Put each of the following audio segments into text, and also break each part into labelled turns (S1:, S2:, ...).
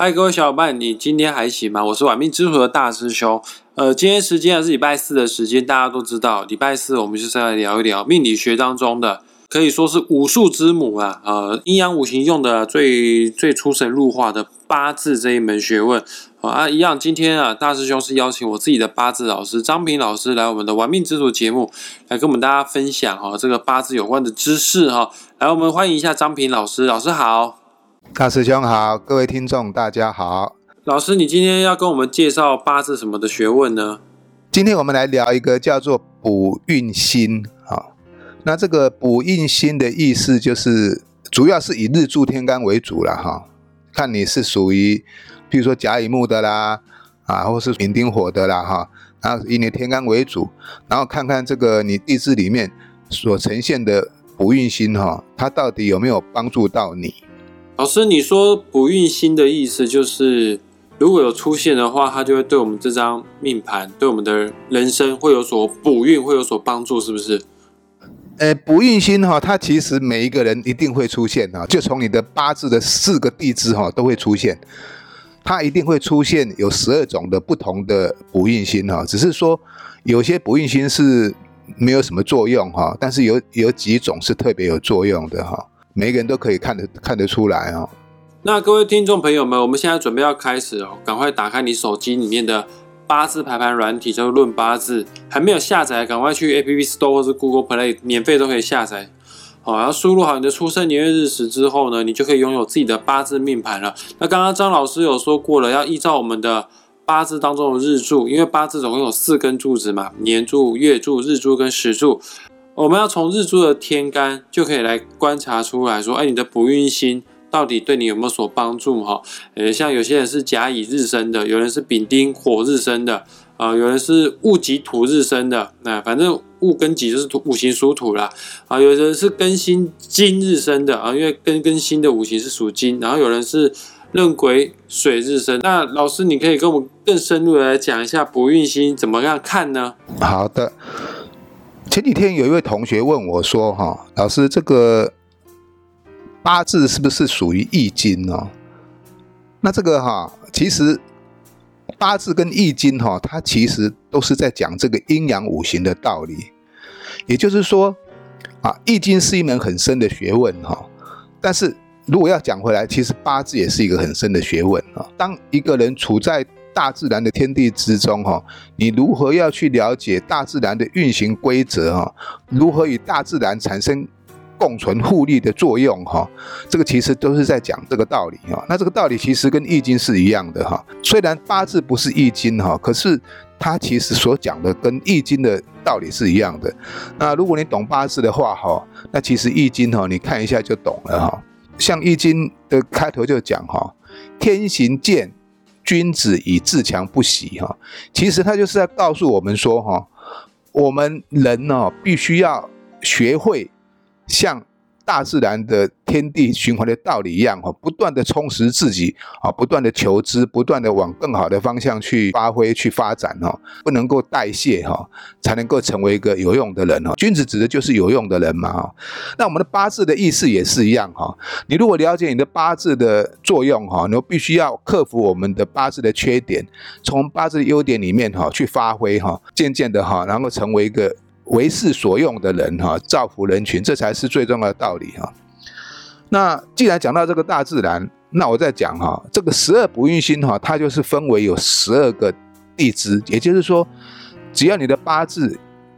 S1: 嗨，各位小伙伴，你今天还行吗？我是玩命之徒的大师兄。今天时间是礼拜四的时间，大家都知道，礼拜四我们就是来聊一聊命理学当中的，可以说是武术之母啊。阴阳五行用的最出神入化的八字这一门学问一样，今天大师兄是邀请我自己的八字老师张平老师来我们的玩命之徒节目，来跟我们大家分享这个八字有关的知识来，我们欢迎一下张平老师，老师好。
S2: 大师兄好，各位听众大家好。
S1: 老师，你今天要跟我们介绍八字什么的学问呢？
S2: 今天我们来聊一个叫做补运星。那这个补运星的意思就是主要是以日柱天干为主啦看你是属于譬如说甲乙木的啦或是丙丁火的啦然后以你的天干为主，然后看看这个你地支里面所呈现的补运星它到底有没有帮助到你。
S1: 老师，你说补运星的意思就是如果有出现的话，它就会对我们这张命盘，对我们的人生会有所补运，会有所帮助，是不是？
S2: 补运星它其实每一个人一定会出现就从你的八字的4个地支都会出现，它一定会出现有12种的不同的补运星只是说有些补运星是没有什么作用但是有几种是特别有作用的每个人都可以看得出来
S1: 那各位听众朋友们，我们现在准备要开始赶快打开你手机里面的八字排盘软体，叫做论八字，还没有下载，赶快去 App Store 或是 Google Play 免费都可以下载。然后输入好你的出生年月日时之后呢，你就可以拥有自己的八字命盘了。那刚刚张老师有说过了，要依照我们的八字当中的日柱，因为八字总共有4根柱子嘛，年柱、月柱、日柱跟时柱。我们要从日柱的天干就可以来观察出来说，你的补运星到底对你有没有所帮助像有些人是甲乙日生的，有人是丙丁火日生的有人是戊己土日生的，那反正戊跟己就是五行属土啦有人是庚辛金日生的因为庚辛的五行是属金，然后有人是壬癸水日生。那老师，你可以跟我们更深入的来讲一下补运星怎么样看呢？
S2: 好的，前几天有一位同学问我说老师，这个八字是不是属于易经那这个其实八字跟易经它其实都是在讲这个阴阳五行的道理。也就是说易经是一门很深的学问但是如果要讲回来，其实八字也是一个很深的学问当一个人处在大自然的天地之中你如何要去了解大自然的运行规则如何与大自然产生共存互利的作用这个其实都是在讲这个道理那这个道理其实跟易经是一样的虽然八字不是易经可是它其实所讲的跟易经的道理是一样的。那如果你懂八字的话那其实易经你看一下就懂了像易经的开头就讲天行健，君子以自强不息其实它就是在告诉我们说我们人必须要学会像大自然的天地循环的道理一样不断的充实自己不断的求知，不断的往更好的方向去发挥去发展不能够代谢才能够成为一个有用的人君子指的就是有用的人嘛那我们的八字的意思也是一样你如果了解你的八字的作用你必须要克服我们的八字的缺点，从八字的优点里面去发挥渐渐的然后成为一个为世所用的人造福人群，这才是最重要的道理那既然讲到这个大自然，那我再讲这个12补运星它就是分为有12个地支，也就是说只要你的八字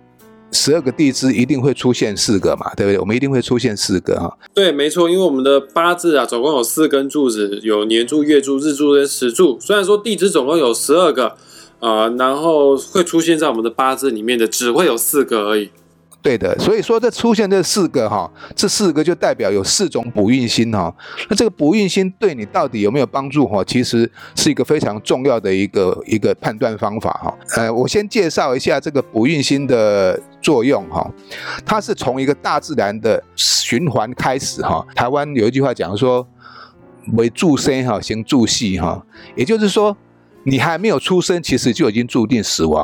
S2: 12个地支一定会出现4个嘛，对不对？我们一定会出现4个
S1: 对，没错，因为我们的八字总共有4根柱子，有年柱、月柱、日柱跟时柱。虽然说地支总共有12个然后会出现在我们的八字里面的只会有4个而已。
S2: 对的，所以说这出现这4个这4个就代表有4种补运星那这个补运星对你到底有没有帮助其实是一个非常重要的一个判断方法我先介绍一下这个补运星的作用它是从一个大自然的循环开始台湾有一句话讲说为注生行注死也就是说你还没有出生其实就已经注定死亡了。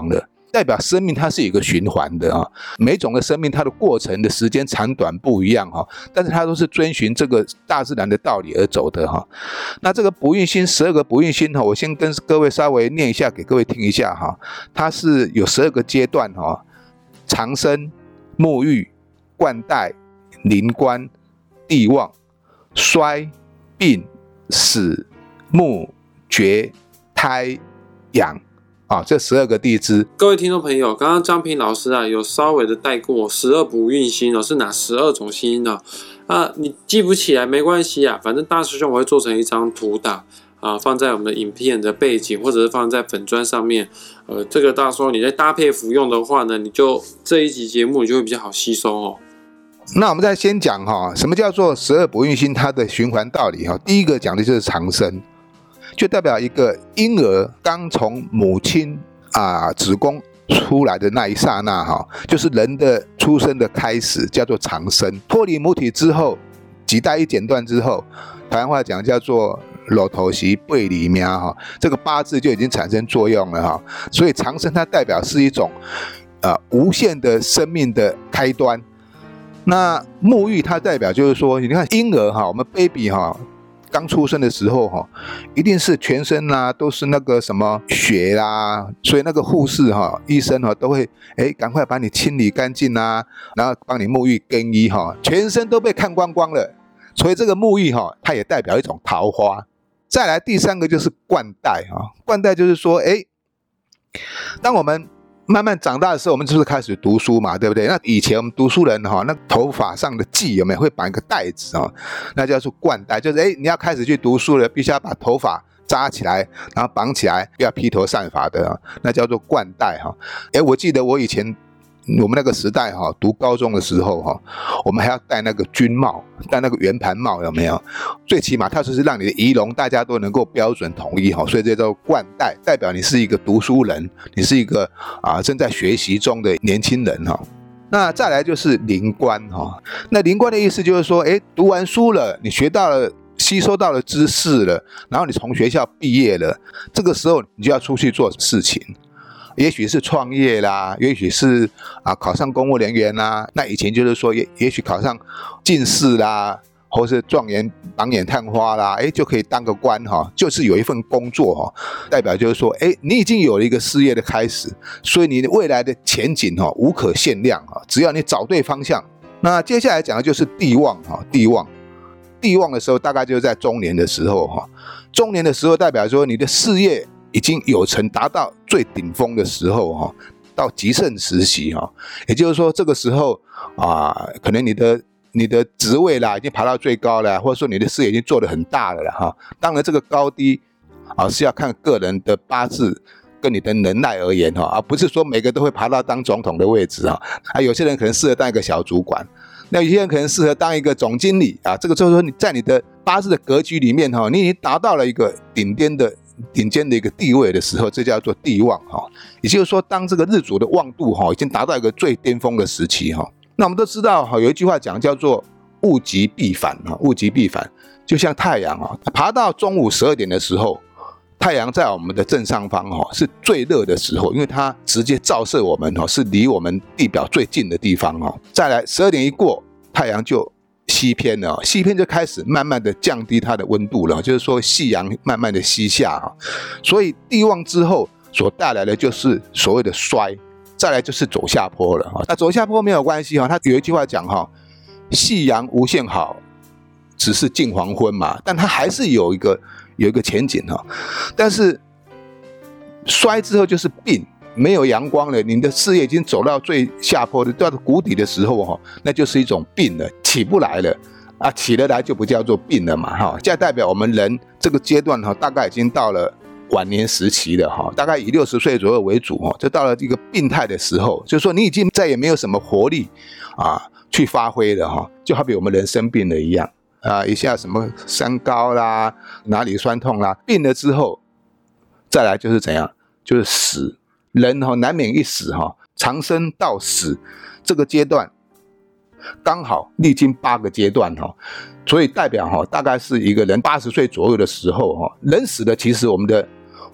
S2: 代表生命它是有一个循环的啊，每种的生命它的过程的时间长短不一样哈，但是它都是遵循这个大自然的道理而走的哈。那这个不孕星12个不孕星哈，我先跟各位稍微念一下给各位听一下哈，它是有12个阶段哈，长生、沐浴、冠带、临官、地旺、衰、病、死、木、绝、胎、养啊，这12个地支。
S1: 各位听众朋友，刚刚张平老师啊有稍微的带过12不孕星哦，是哪12种星呢？你记不起来没关系啊，反正大师兄我会做成一张图档啊，放在我们的影片的背景，或者是放在粉专上面。这个到时候你在搭配服用的话呢，你就这一集节目你就会比较好吸收哦。
S2: 那我们再先讲哈，什么叫做12不孕星它的循环道理哈？第一个讲的就是长生，就代表一个婴儿刚从母亲子宫出来的那一刹那哈，就是人的出生的开始，叫做长生。脱离母体之后，脐带一剪断之后，台湾话讲叫做乳头时八字命哈，这个八字就已经产生作用了哈。所以长生它代表是一种无限的生命的开端。那沐浴它代表就是说，你看婴儿哈，我们 baby 哈刚出生的时候哈，一定是全身都是那个什么血啦，所以那个护士哈、医生哈都会赶快把你清理干净啊，然后帮你沐浴更衣哈，全身都被看光光了。所以这个沐浴哈，它也代表一种桃花。再来第3个就是冠带哈，冠带就是说当我们慢慢长大的时候，我们就是开始读书嘛，对不对？那以前我们读书人哈，那头发上的髻有没有会绑一个带子啊？那叫做冠带，就是你要开始去读书了，必须要把头发扎起来，然后绑起来，不要披头散发的那叫做冠带哈。我记得我以前我们那个时代哈，读高中的时候哈，我们还要戴那个军帽，戴那个圆盘帽，有没有？最起码它就是让你的仪容大家都能够标准统一哈，所以这叫冠带，代表你是一个读书人，你是一个正在学习中的年轻人哈。那再来就是临官哈，那临官的意思就是说，读完书了，你学到了。吸收到了知识了，然后你从学校毕业了，这个时候你就要出去做事情，也许是创业啦，也许是考上公务人员啦，那以前就是说也许考上进士啦，或是状元榜眼探花啦，就可以当个官哈，就是有一份工作哈，代表就是说你已经有了一个事业的开始，所以你未来的前景哈无可限量哈，只要你找对方向。那接下来讲的就是地旺哈，地旺的时候大概就是在中年的时候哈，中年的时候代表说你的事业已经有成，达到最顶峰的时候哈，到极盛时期哈，也就是说这个时候可能你的职位啦已经爬到最高了，或者说你的事业已经做得很大了哈。当然这个高低是要看个人的八字跟你的能耐而言哈，不是说每个都会爬到当总统的位置有些人可能适合当一个小主管。那有些人可能适合当一个总经理这个就是说你在你的八字的格局里面你已经达到了一个顶尖的一个地位的时候，这叫做地旺也就是说当这个日主的旺度已经达到一个最巅峰的时期那我们都知道有一句话讲叫做物极必反物极必反，就像太阳爬到中午12点的时候，太阳在我们的正上方是最热的时候，因为它直接照射我们是离我们地表最近的地方再来12点一过，太阳就西偏了，西偏就开始慢慢的降低它的温度了，就是说夕阳慢慢的西下所以地旺之后所带来的就是所谓的衰，再来就是走下坡了那走下坡没有关系它有一句话讲夕阳无限好，只是近黄昏嘛，但它还是有一个前景但是衰之后就是病，没有阳光了，你的事业已经走到最下坡的到谷底的时候那就是一种病了，起不来了起得来就不叫做病了嘛这代表我们人这个阶段大概已经到了晚年时期了大概以60岁左右为主就到了一个病态的时候，就是说你已经再也没有什么活力去发挥了就好比我们人生病了一样一下什么三高啦，哪里酸痛啦，病了之后再来就是怎样，就是死。人难免一死长生到死这个阶段刚好历经8个阶段所以代表大概是一个人80岁左右的时候人死了，其实我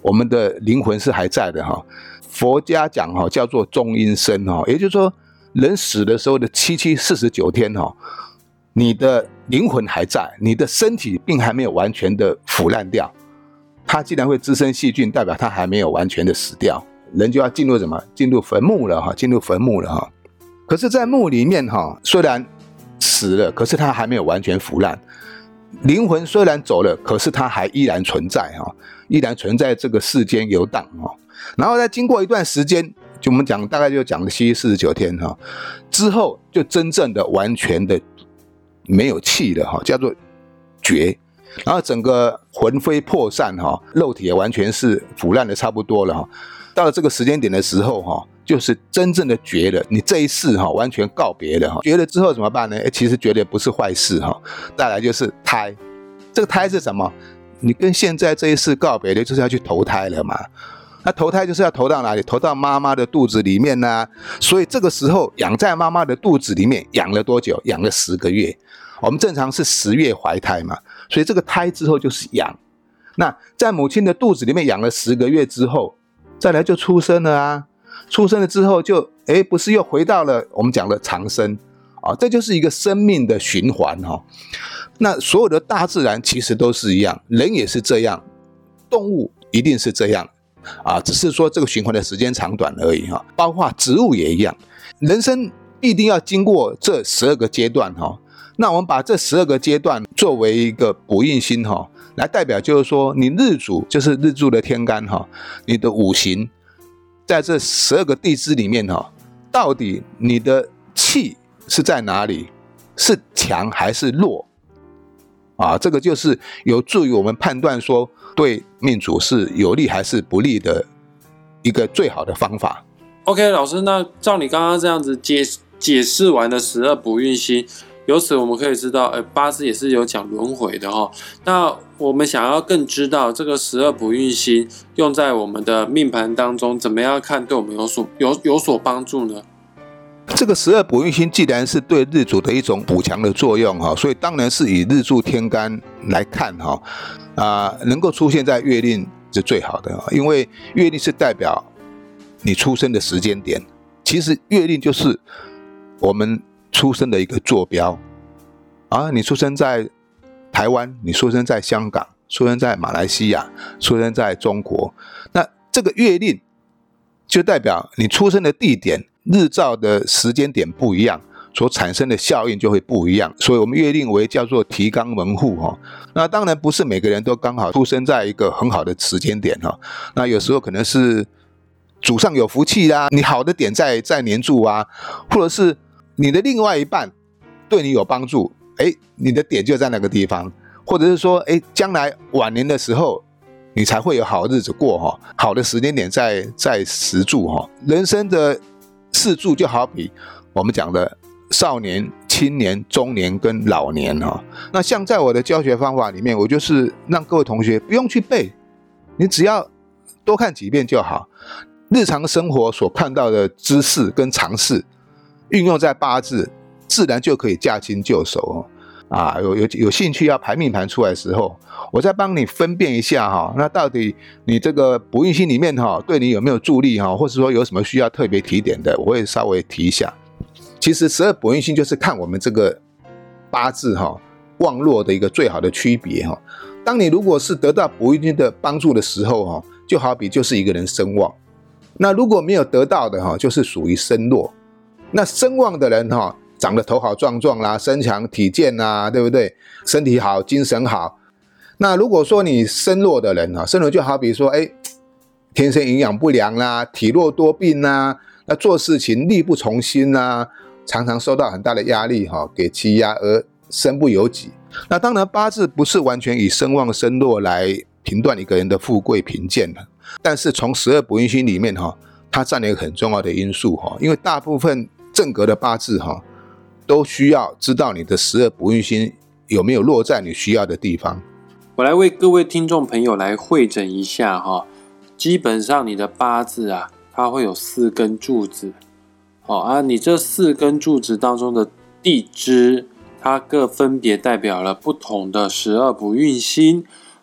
S2: 我们的灵魂是还在的哈。佛家讲哈叫做中阴身哈，也就是说人死的时候的749天哈，你的灵魂还在，你的身体并还没有完全的腐烂掉。它既然会滋生细菌，代表它还没有完全的死掉，人就要进入什么？进入坟墓了哈，进入坟墓了哈。可是，在墓里面哈，虽然死了，可是它还没有完全腐烂。灵魂虽然走了，可是它还依然存在哈，依然存在这个世间游荡哈。然后再经过一段时间，就我们讲大概就讲了749天哈，之后就真正的完全的没有气了哈，叫做绝。然后整个魂飞魄散哈，肉体也完全是腐烂的差不多了哈。到了这个时间点的时候哈，就是真正的绝了，你这一世哈完全告别了哈。绝了之后怎么办呢？其实绝对不是坏事哈。再来就是胎，这个胎是什么？你跟现在这一世告别的，就是要去投胎了嘛。那投胎就是要投到哪里？投到妈妈的肚子里面啊。所以这个时候养在妈妈的肚子里面，养了多久？养了10个月。我们正常是10月怀胎嘛，所以这个胎之后就是养。那在母亲的肚子里面养了10个月之后，再来就出生了啊。出生了之后就不是又回到了我们讲的长生啊，这就是一个生命的循环哈。那所有的大自然其实都是一样，人也是这样，动物一定是这样啊，只是说这个循环的时间长短而已哈。包括植物也一样，人生必定要经过这12个阶段哈。那我们把这12个阶段作为一个补运星哈，来代表就是说你日主就是日柱的天干哈，你的五行在这12个地支里面哈，到底你的气是在哪里？是强还是弱？啊，这个就是有助于我们判断说对命主是有利还是不利的一个最好的方法。
S1: OK， 老师，那照你刚刚这样子解释完的12补运星，由此我们可以知道，八字也是有讲轮回的哈。那我们想要更知道这个12补运星用在我们的命盘当中，怎么样看对我们有所帮助呢？
S2: 这个12补运星既然是对日主的一种补强的作用哈，所以当然是以日柱天干来看哈，能够出现在月令是最好的，因为月令是代表你出生的时间点，其实月令就是我们出生的一个坐标啊，你出生在台湾，你出生在香港，出生在马来西亚，出生在中国，那这个月令就代表你出生的地点日照的时间点不一样，所产生的效应就会不一样，所以我们月令为叫做提纲门户哈。那当然不是每个人都刚好出生在一个很好的时间点哈，那有时候可能是祖上有福气啦，你好的点在年柱啊，或者是你的另外一半对你有帮助，你的点就在那个地方，或者是说将来晚年的时候你才会有好日子过哈，好的时间点在时柱哈。人生的4柱就好比我们讲的少年、青年、中年跟老年哈。那像在我的教学方法里面，我就是让各位同学不用去背，你只要多看几遍就好。日常生活所看到的知识跟常识，运用在八字，自然就可以驾轻就熟啊。有兴趣要排命盘出来的时候，我再帮你分辨一下哈，那到底你这个补运星里面哈，对你有没有助力哈，或者说有什么需要特别提点的，我会稍微提一下。其实12补运星就是看我们这个八字哈旺弱的一个最好的区别哈。当你如果是得到补运星的帮助的时候哈，就好比就是一个人身旺。那如果没有得到的哈，就是属于身弱。那身旺的人哈，长得头好壮壮啦，身强体健啦，对不对？身体好，精神好。那如果说你身弱的人哈，身弱就好比说，天生营养不良啦，体弱多病啦，那做事情力不从心啦，常常受到很大的压力哈，给欺压而身不由己。那当然八字不是完全以身旺身弱来评断一个人的富贵贫贱的，但是从12补运星里面哈，它占了一个很重要的因素哈，因为大部分正格的八字哈，都需要知道你的12补运星有没有落在你需要的地方。
S1: 我来为各位听众朋友来汇整一下哈，基本上你的八字啊，它会有4根柱子，你这4根柱子当中的地支，它各分别代表了不同的12补运星。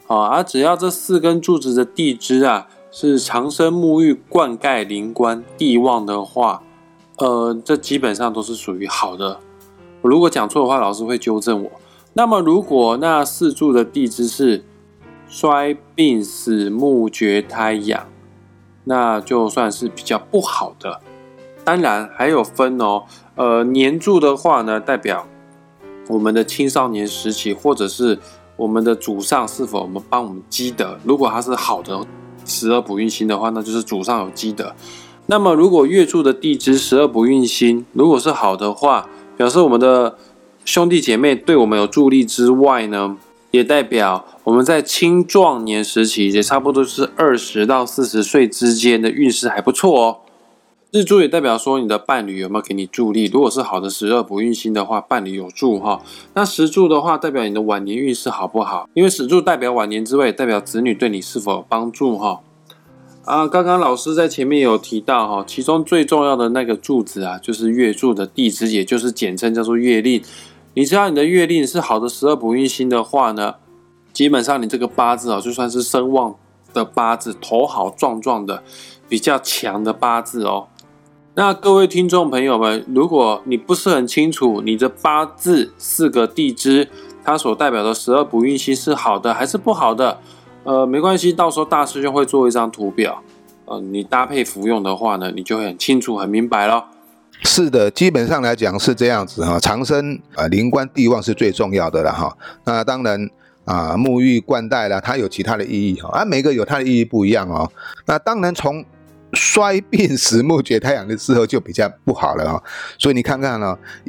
S1: 只要这4根柱子的地支啊是长生沐浴灌溉灵官地旺的话，这基本上都是属于好的。我如果讲错的话，老师会纠正我。那么如果那4柱的地支是衰病死木绝胎养，那就算是比较不好的。当然还有分年柱的话呢，代表我们的青少年时期，或者是我们的祖上是否帮我们积德。如果它是好的12补运星的话，那就是祖上有积德。那么如果月柱的地支12补运星如果是好的话，表示我们的兄弟姐妹对我们有助力之外呢，也代表我们在青壮年时期，也差不多是20到40岁之间的运势还不错哦。日柱也代表说你的伴侣有没有给你助力，如果是好的12补运星的话，伴侣有助哈。那时柱的话，代表你的晚年运势好不好，因为时柱代表晚年之外，也代表子女对你是否有帮助哈。刚刚老师在前面有提到哈，其中最重要的那个柱子啊，就是月柱的地支，也就是简称叫做月令。你知道你的月令是好的12补运星的话呢，基本上你这个八字就算是声旺的八字，头好壮壮的，比较强的八字哦。那各位听众朋友们，如果你不是很清楚你的八字4个地支它所代表的12补运星是好的还是不好的，没关系，到时候大师兄会做一张图表，你搭配服用的话呢，你就会很清楚很明白咯。
S2: 是的，基本上来讲是这样子哈，长生灵官地旺是最重要的了哈。那当然沐浴灌溉啦，它有其他的意义哈，每个有它的意义不一样哦。那当然从衰病死木绝胎养的时候就比较不好了所以你看看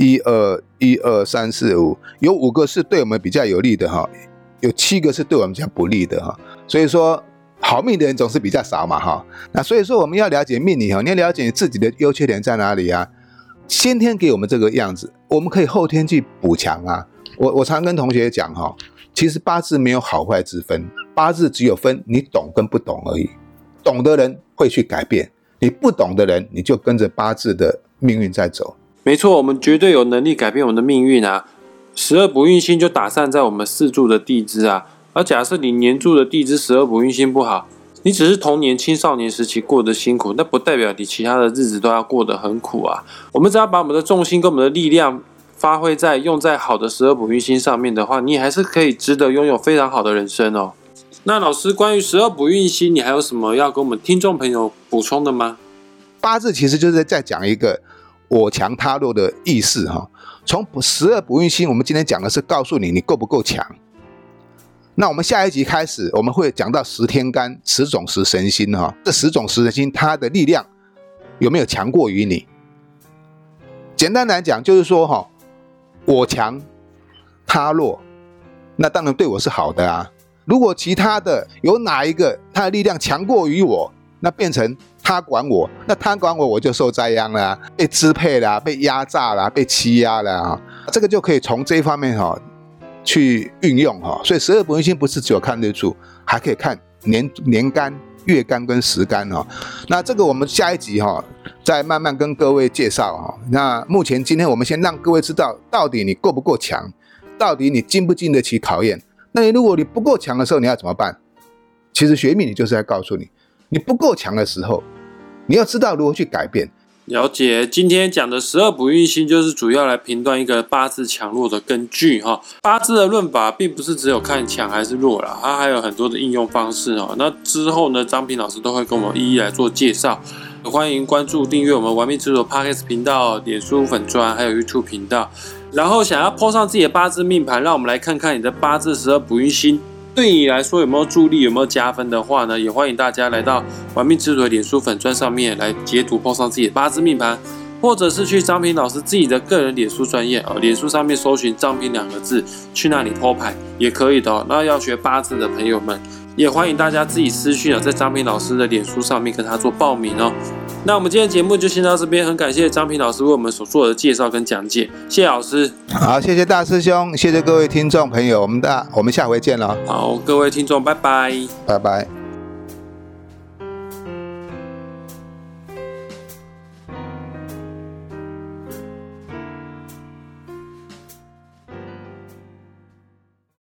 S2: 1、2、3、4、5，有5个是对我们比较有利的有7个是对我们比较不利的所以说好命的人总是比较少嘛那所以说我们要了解命理你要了解你自己的优缺点在哪里啊。先天给我们这个样子，我们可以后天去补强啊。我常跟同学讲其实八字没有好坏之分，八字只有分你懂跟不懂而已。懂的人会去改变，你不懂的人你就跟着八字的命运在走。
S1: 没错，我们绝对有能力改变我们的命运啊。12补运星就打散在我们4柱的地支啊。而假设你年柱的地支12补运星不好，你只是童年青少年时期过得辛苦，那不代表你其他的日子都要过得很苦啊。我们只要把我们的重心跟我们的力量发挥在用在好的12补运星上面的话，你还是可以值得拥有非常好的人生哦。那老师，关于12补运星，你还有什么要跟我们听众朋友补充的吗？
S2: 八字其实就是在讲一个我强他弱的意思从12补运星，我们今天讲的是告诉你够不够强。那我们下一集开始，我们会讲到10天干10种食神星这10种食神星它的力量有没有强过于你。简单来讲就是说我强他弱，那当然对我是好的啊。如果其他的有哪一个他的力量强过于我，那变成他管我，那他管我，我就受灾殃了被支配了被压榨了被欺压了这个就可以从这一方面去运用所以12补运星不是只有看日柱，还可以看年干月干跟时干那这个我们下一集再慢慢跟各位介绍那目前今天我们先让各位知道到底你够不够强，到底你经不经得起考验。那如果你不够强的时候你要怎么办？其实学命理就是在告诉你，你不够强的时候你要知道如何去改变。
S1: 了解，今天讲的12补运星就是主要来评断一个八字强弱的根据八字的论法并不是只有看强还是弱啦，它还有很多的应用方式那之后呢，张平老师都会跟我们一一来做介绍。欢迎关注订阅我们玩命之徒 Podcast 频道、脸书粉专还有 YouTube 频道。然后想要 po 上自己的八字命盘，让我们来看看你的八字12补运星对你来说有没有助力，有没有加分的话呢，也欢迎大家来到玩命之徒的脸书粉专上面来截图 po 上自己的八字命盘，或者是去张平老师自己的个人脸书专页脸书上面搜寻张平2个字，去那里 po 牌也可以的那要学八字的朋友们，也欢迎大家自己私讯在张平老师的脸书上面跟他做报名那我们今天的节目就先到这边，很感谢张平老师为我们所做的介绍跟讲解，谢谢老师。
S2: 好，谢谢大师兄，谢谢各位听众朋友，我们下回见了。
S1: 好，各位听众，拜拜，
S2: 拜拜。